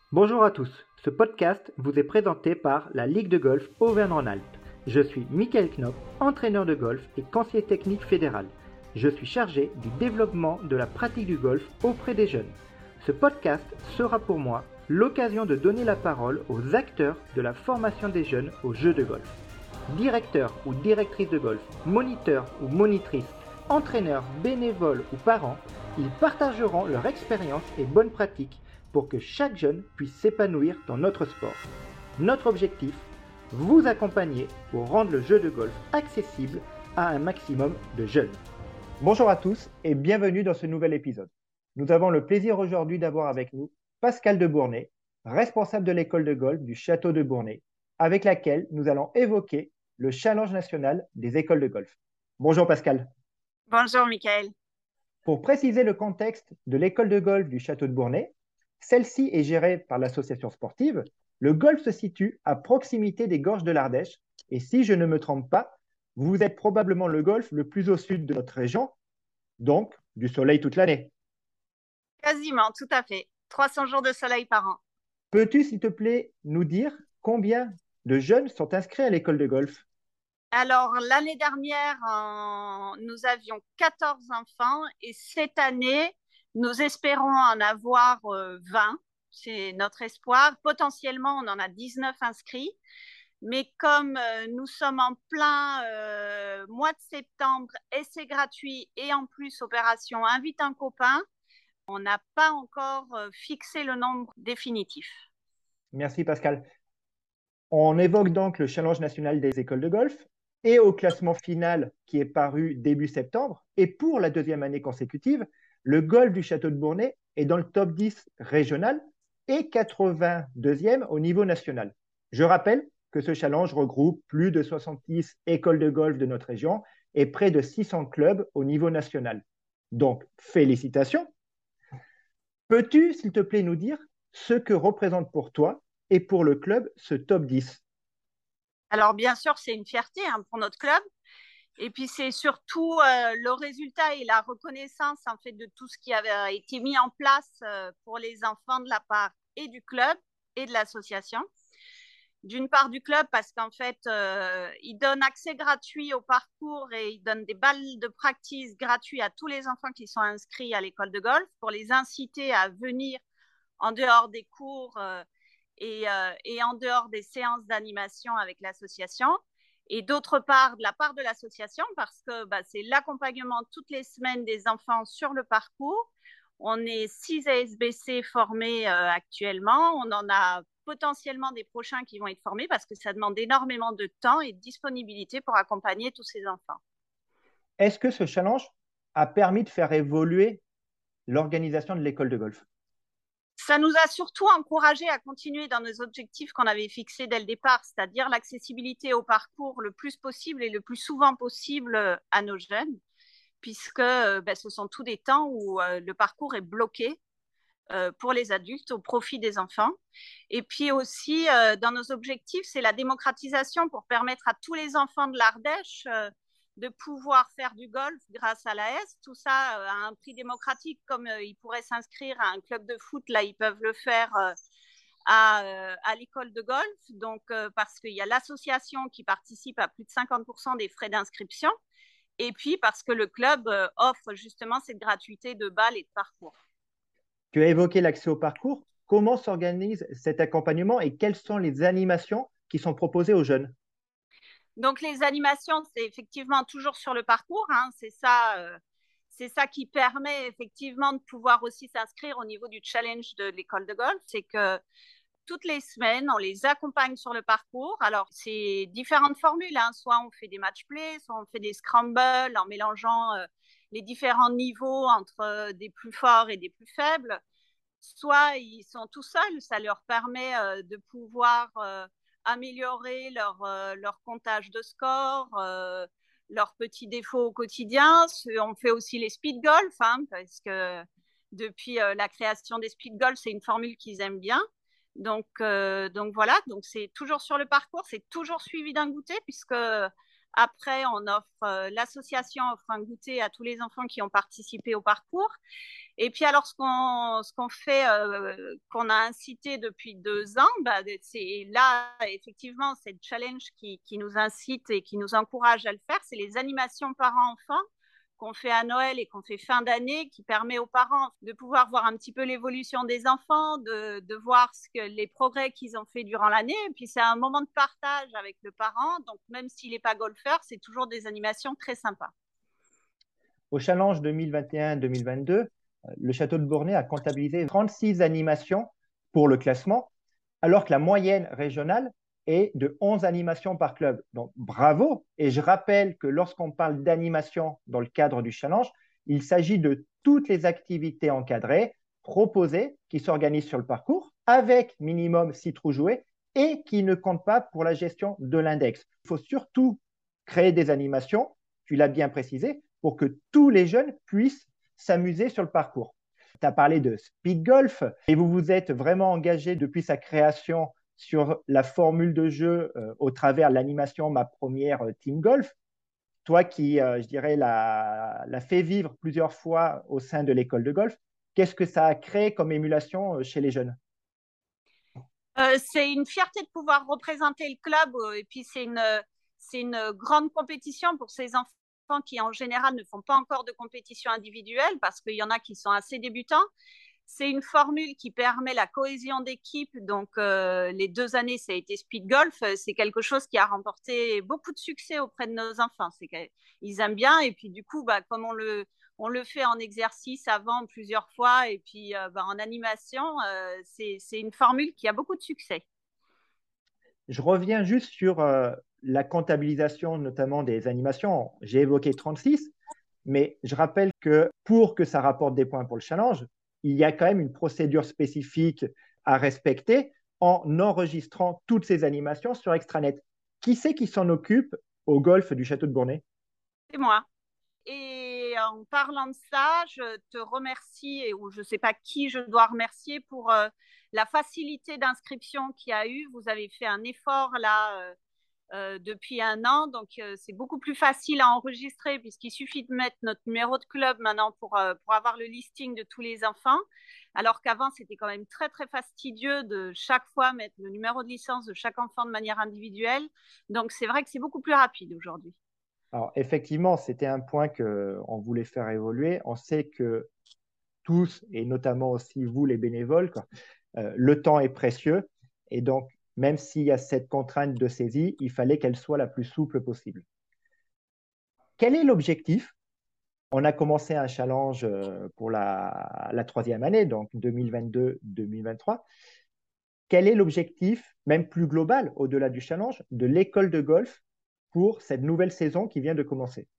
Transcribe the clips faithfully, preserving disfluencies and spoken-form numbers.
Bonjour à tous, ce podcast vous est présenté par la Ligue de golf Auvergne-Rhône-Alpes. Je suis Michael Knopp, entraîneur de golf et conseiller technique fédéral. Je suis chargé du développement de la pratique du golf auprès des jeunes. Ce podcast sera pour moi l'occasion de donner la parole aux acteurs de la formation des jeunes au jeu de golf. Directeurs ou directrices de golf, moniteurs ou monitrices, entraîneurs, bénévoles ou parents, ils partageront leur expérience et bonnes pratiques pour que chaque jeune puisse s'épanouir dans notre sport. Notre objectif, vous accompagner pour rendre le jeu de golf accessible à un maximum de jeunes. Bonjour à tous et bienvenue dans ce nouvel épisode. Nous avons le plaisir aujourd'hui d'avoir avec nous Pascal de Bournay, responsable de l'école de golf du Château de Bournay, avec laquelle nous allons évoquer le challenge national des écoles de golf. Bonjour Pascal. Bonjour Michael. Pour préciser le contexte de l'école de golf du Château de Bournay, celle-ci est gérée par l'association sportive. Le golf se situe à proximité des gorges de l'Ardèche et si je ne me trompe pas, vous êtes probablement le golf le plus au sud de notre région, donc du soleil toute l'année. Quasiment, tout à fait. trois cents jours de soleil par an. Peux-tu, s'il te plaît, nous dire combien de jeunes sont inscrits à l'école de golf? Alors, l'année dernière, en... nous avions quatorze enfants et cette année, nous espérons en avoir euh, vingt. C'est notre espoir. Potentiellement, on en a dix-neuf inscrits. Mais comme euh, nous sommes en plein euh, mois de septembre et c'est gratuit et en plus, opération Invite un copain, on n'a pas encore euh, fixé le nombre définitif. Merci Pascal. On évoque donc le challenge national des écoles de golf et au classement final qui est paru début septembre. Et pour la deuxième année consécutive, le golf du Château de Bournay est dans le top dix régional et quatre-vingt-deuxième au niveau national. Je rappelle que ce challenge regroupe plus de soixante-dix écoles de golf de notre région et près de six cents clubs au niveau national. Donc, félicitations. Peux-tu, s'il te plaît, nous dire ce que représente pour toi et pour le club ce top dix? Alors, bien sûr, c'est une fierté hein, pour notre club. Et puis, c'est surtout euh, le résultat et la reconnaissance en fait, de tout ce qui avait été mis en place euh, pour les enfants de la part et du club et de l'association. D'une part du club, parce qu'en fait, euh, il donne accès gratuit au parcours et il donne des balles de practice gratuits à tous les enfants qui sont inscrits à l'école de golf pour les inciter à venir en dehors des cours euh, et, euh, et en dehors des séances d'animation avec l'association. Et d'autre part, de la part de l'association, parce que bah, c'est l'accompagnement toutes les semaines des enfants sur le parcours. On est six A S B C formés euh, actuellement. On en a potentiellement des prochains qui vont être formés parce que ça demande énormément de temps et de disponibilité pour accompagner tous ces enfants. Est-ce que ce challenge a permis de faire évoluer l'organisation de l'école de golf? Ça nous a surtout encouragé à continuer dans nos objectifs qu'on avait fixés dès le départ, c'est-à-dire l'accessibilité au parcours le plus possible et le plus souvent possible à nos jeunes, puisque ben, ce sont tous des temps où euh, le parcours est bloqué euh, pour les adultes au profit des enfants. Et puis aussi, euh, dans nos objectifs, c'est la démocratisation pour permettre à tous les enfants de l'Ardèche euh, de pouvoir faire du golf grâce à l'A S. Tout ça euh, à un prix démocratique, comme euh, ils pourraient s'inscrire à un club de foot, là, ils peuvent le faire euh, à, euh, à l'école de golf. Donc, euh, parce qu'il y a l'association qui participe à plus de cinquante pour cent des frais d'inscription. Et puis, parce que le club euh, offre justement cette gratuité de balles et de parcours. Tu as évoqué l'accès au parcours. Comment s'organise cet accompagnement et quelles sont les animations qui sont proposées aux jeunes? Donc, les animations, c'est effectivement toujours sur le parcours. Hein, c'est ça, euh, c'est ça qui permet effectivement de pouvoir aussi s'inscrire au niveau du challenge de l'école de golf. C'est que toutes les semaines, on les accompagne sur le parcours. Alors, c'est différentes formules. Hein. Soit on fait des match play, soit on fait des scrambles en mélangeant euh, les différents niveaux entre euh, des plus forts et des plus faibles. Soit ils sont tout seuls, ça leur permet euh, de pouvoir euh, améliorer leur, euh, leur comptage de score, euh, leurs petits défauts au quotidien. On fait aussi les speed golf, hein, parce que depuis euh, la création des speed golf, c'est une formule qu'ils aiment bien. Donc, euh, donc voilà, donc c'est toujours sur le parcours, c'est toujours suivi d'un goûter, puisque après, on offre, euh, l'association offre un goûter à tous les enfants qui ont participé au parcours. Et puis alors, ce qu'on ce qu'on fait, euh, qu'on a incité depuis deux ans, bah, c'est là, effectivement, c'est le challenge qui, qui nous incite et qui nous encourage à le faire, c'est les animations parents-enfants qu'on fait à Noël et qu'on fait fin d'année, qui permet aux parents de pouvoir voir un petit peu l'évolution des enfants, de, de voir ce que, les progrès qu'ils ont fait durant l'année. Et puis c'est un moment de partage avec le parent, donc même s'il n'est pas golfeur, c'est toujours des animations très sympas. Au challenge deux mille vingt et un deux mille vingt-deux, le Château de Bornay a comptabilisé trente-six animations pour le classement, alors que la moyenne régionale est de onze animations par club. Donc bravo. Et je rappelle que lorsqu'on parle d'animation dans le cadre du challenge, il s'agit de toutes les activités encadrées, proposées, qui s'organisent sur le parcours, avec minimum six trous joués et qui ne comptent pas pour la gestion de l'index. Il faut surtout créer des animations, tu l'as bien précisé, pour que tous les jeunes puissent s'amuser sur le parcours. Tu as parlé de speed golf et vous vous êtes vraiment engagé depuis sa création sur la formule de jeu euh, au travers de l'animation Ma Première Team Golf. Toi qui, euh, je dirais, l'a, l'a fait vivre plusieurs fois au sein de l'école de golf, qu'est-ce que ça a créé comme émulation chez les jeunes? Euh, c'est une fierté de pouvoir représenter le club euh, et puis c'est une, c'est une grande compétition pour ces enfants qui en général ne font pas encore de compétition individuelle parce qu'il y en a qui sont assez débutants. C'est une formule qui permet la cohésion d'équipe. Donc, euh, les deux années, ça a été speed golf. C'est quelque chose qui a remporté beaucoup de succès auprès de nos enfants. C'est qu'ils aiment bien. Et puis, du coup, bah, comme on le, on le fait en exercice avant plusieurs fois et puis euh, bah, en animation, euh, c'est, c'est une formule qui a beaucoup de succès. Je reviens juste sur euh, la comptabilisation, notamment des animations. J'ai évoqué trente-six, mais je rappelle que pour que ça rapporte des points pour le challenge, il y a quand même une procédure spécifique à respecter en enregistrant toutes ces animations sur Extranet. Qui c'est qui s'en occupe au golf du Château de Bournay? C'est moi. Et en parlant de ça, je te remercie, ou je ne sais pas qui je dois remercier pour euh, la facilité d'inscription qu'il y a eu. Vous avez fait un effort là euh, euh, depuis un an, donc euh, c'est beaucoup plus facile à enregistrer puisqu'il suffit de mettre notre numéro de club maintenant pour, euh, pour avoir le listing de tous les enfants. Alors qu'avant, c'était quand même très, très fastidieux de chaque fois mettre le numéro de licence de chaque enfant de manière individuelle. Donc c'est vrai que c'est beaucoup plus rapide aujourd'hui. Alors, effectivement, c'était un point qu'on voulait faire évoluer. On sait que tous, et notamment aussi vous, les bénévoles, quoi, euh, le temps est précieux. Et donc, même s'il y a cette contrainte de saisie, il fallait qu'elle soit la plus souple possible. Quel est l'objectif? On a commencé un challenge euh, pour la, la troisième année, donc deux mille vingt-deux deux mille vingt-trois. Quel est l'objectif, même plus global, au-delà du challenge, de l'école de golf pour cette nouvelle saison qui vient de commencer?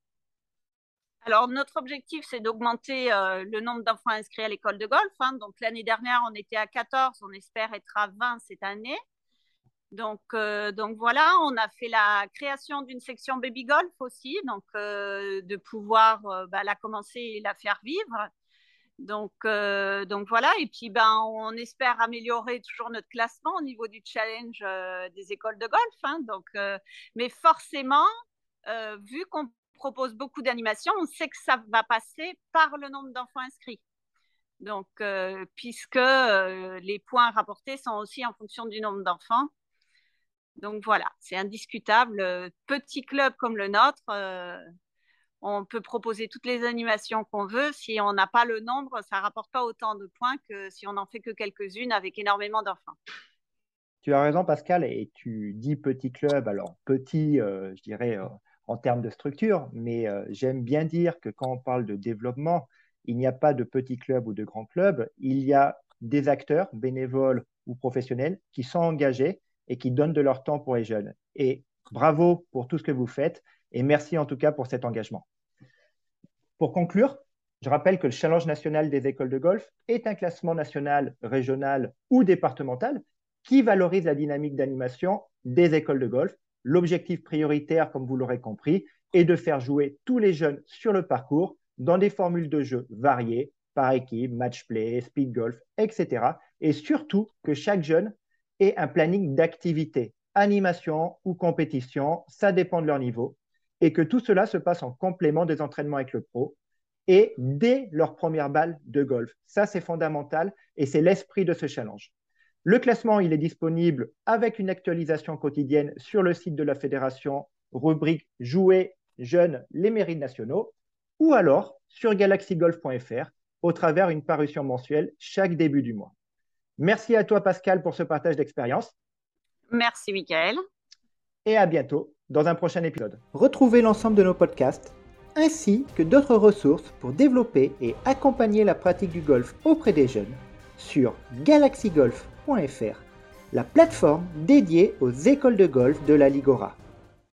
Alors, notre objectif, c'est d'augmenter euh, le nombre d'enfants inscrits à l'école de golf. Hein. Donc, l'année dernière, on était à quatorze, on espère être à vingt cette année. Donc, euh, donc voilà, on a fait la création d'une section baby golf aussi, donc euh, de pouvoir euh, bah, la commencer et la faire vivre. Donc, euh, donc voilà, et puis ben, on espère améliorer toujours notre classement au niveau du challenge euh, des écoles de golf. Hein. Donc, euh, mais forcément, euh, vu qu'on propose beaucoup d'animations, on sait que ça va passer par le nombre d'enfants inscrits. Donc, euh, puisque euh, les points rapportés sont aussi en fonction du nombre d'enfants. Donc voilà, c'est indiscutable. Euh, Petit club comme le nôtre, euh, on peut proposer toutes les animations qu'on veut. Si on n'a pas le nombre, ça ne rapporte pas autant de points que si on n'en fait que quelques-unes avec énormément d'enfants. Tu as raison, Pascal, et tu dis petit club, alors petit, euh, je dirais, euh, en termes de structure, mais euh, j'aime bien dire que quand on parle de développement, il n'y a pas de petit club ou de grand club, il y a des acteurs, bénévoles ou professionnels, qui sont engagés et qui donnent de leur temps pour les jeunes. Et bravo pour tout ce que vous faites, et merci en tout cas pour cet engagement. Pour conclure, je rappelle que le Challenge national des écoles de golf est un classement national, régional ou départemental qui valorise la dynamique d'animation des écoles de golf. L'objectif prioritaire, comme vous l'aurez compris, est de faire jouer tous les jeunes sur le parcours dans des formules de jeu variées, par équipe, match play, speed golf, et cetera. Et surtout que chaque jeune ait un planning d'activité, animation ou compétition, ça dépend de leur niveau, et que tout cela se passe en complément des entraînements avec le pro. et dès leur première balle de golf. Ça, c'est fondamental et c'est l'esprit de ce challenge. Le classement, il est disponible avec une actualisation quotidienne sur le site de la fédération, rubrique Jouer jeunes les mérites nationaux, ou alors sur galaxy golf point f r au travers d'une parution mensuelle chaque début du mois. Merci à toi, Pascal, pour ce partage d'expérience. Merci, Michael. Et à bientôt dans un prochain épisode. Retrouvez l'ensemble de nos podcasts ainsi que d'autres ressources pour développer et accompagner la pratique du golf auprès des jeunes sur galaxy golf point f r, la plateforme dédiée aux écoles de golf de la Ligora.